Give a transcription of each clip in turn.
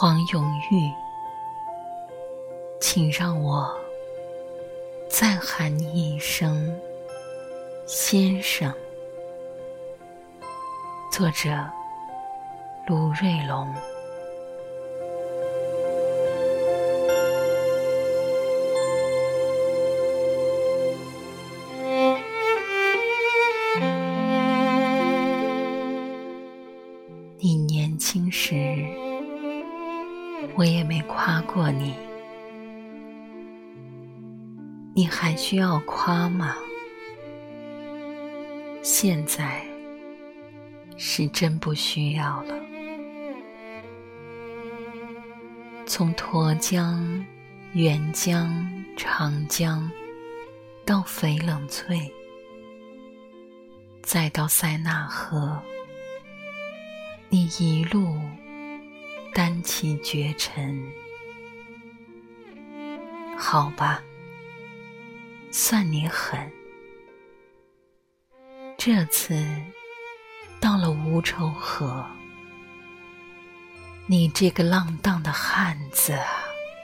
黄永玉，请让我再喊你一声先生。作者卢瑞龙。你年轻时，我也没夸过你，你还需要夸吗？现在是真不需要了。从沱江、沅江、长江到翡冷翠，再到塞纳河，你一路担起绝尘。好吧，算你狠。这次到了无愁河，你这个浪荡的汉子啊，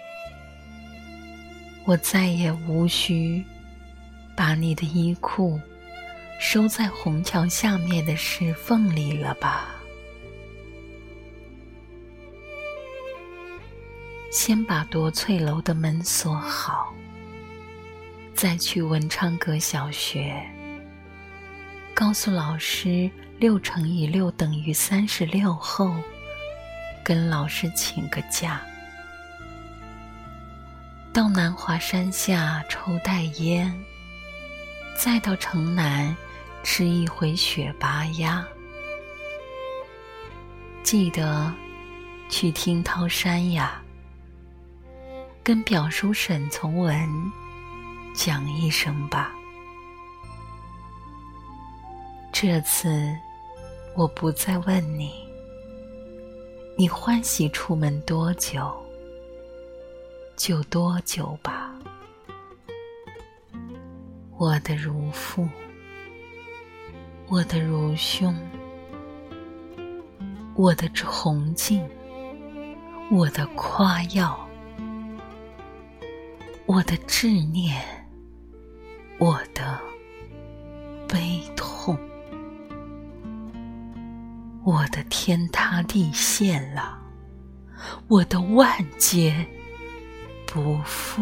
我再也无需把你的衣裤收在虹桥下面的石缝里了吧？先把夺翠楼的门锁好，再去文昌阁小学，告诉老师6乘以6等于36后，跟老师请个假，到南华山下抽袋烟，再到城南吃一回雪拔鸭。记得去听涛山呀，跟表叔沈从文讲一声吧。这次我不再问你，你欢喜出门多久，就多久吧。我的如父，我的如兄，我的崇敬，我的夸耀，我的执念，我的悲痛，我的天塌地陷了，我的万劫不复，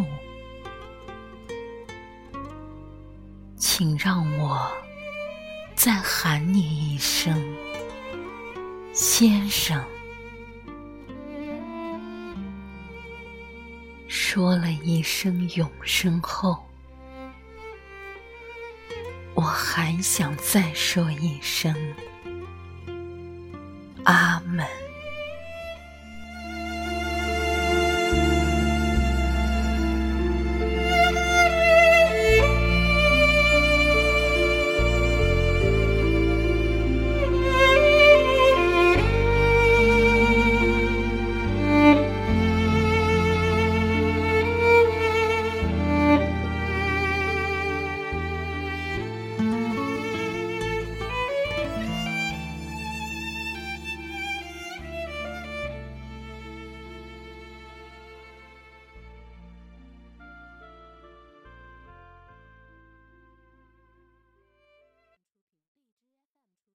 请让我再喊你一声先生。说了一声永生后，我还想再说一声阿门。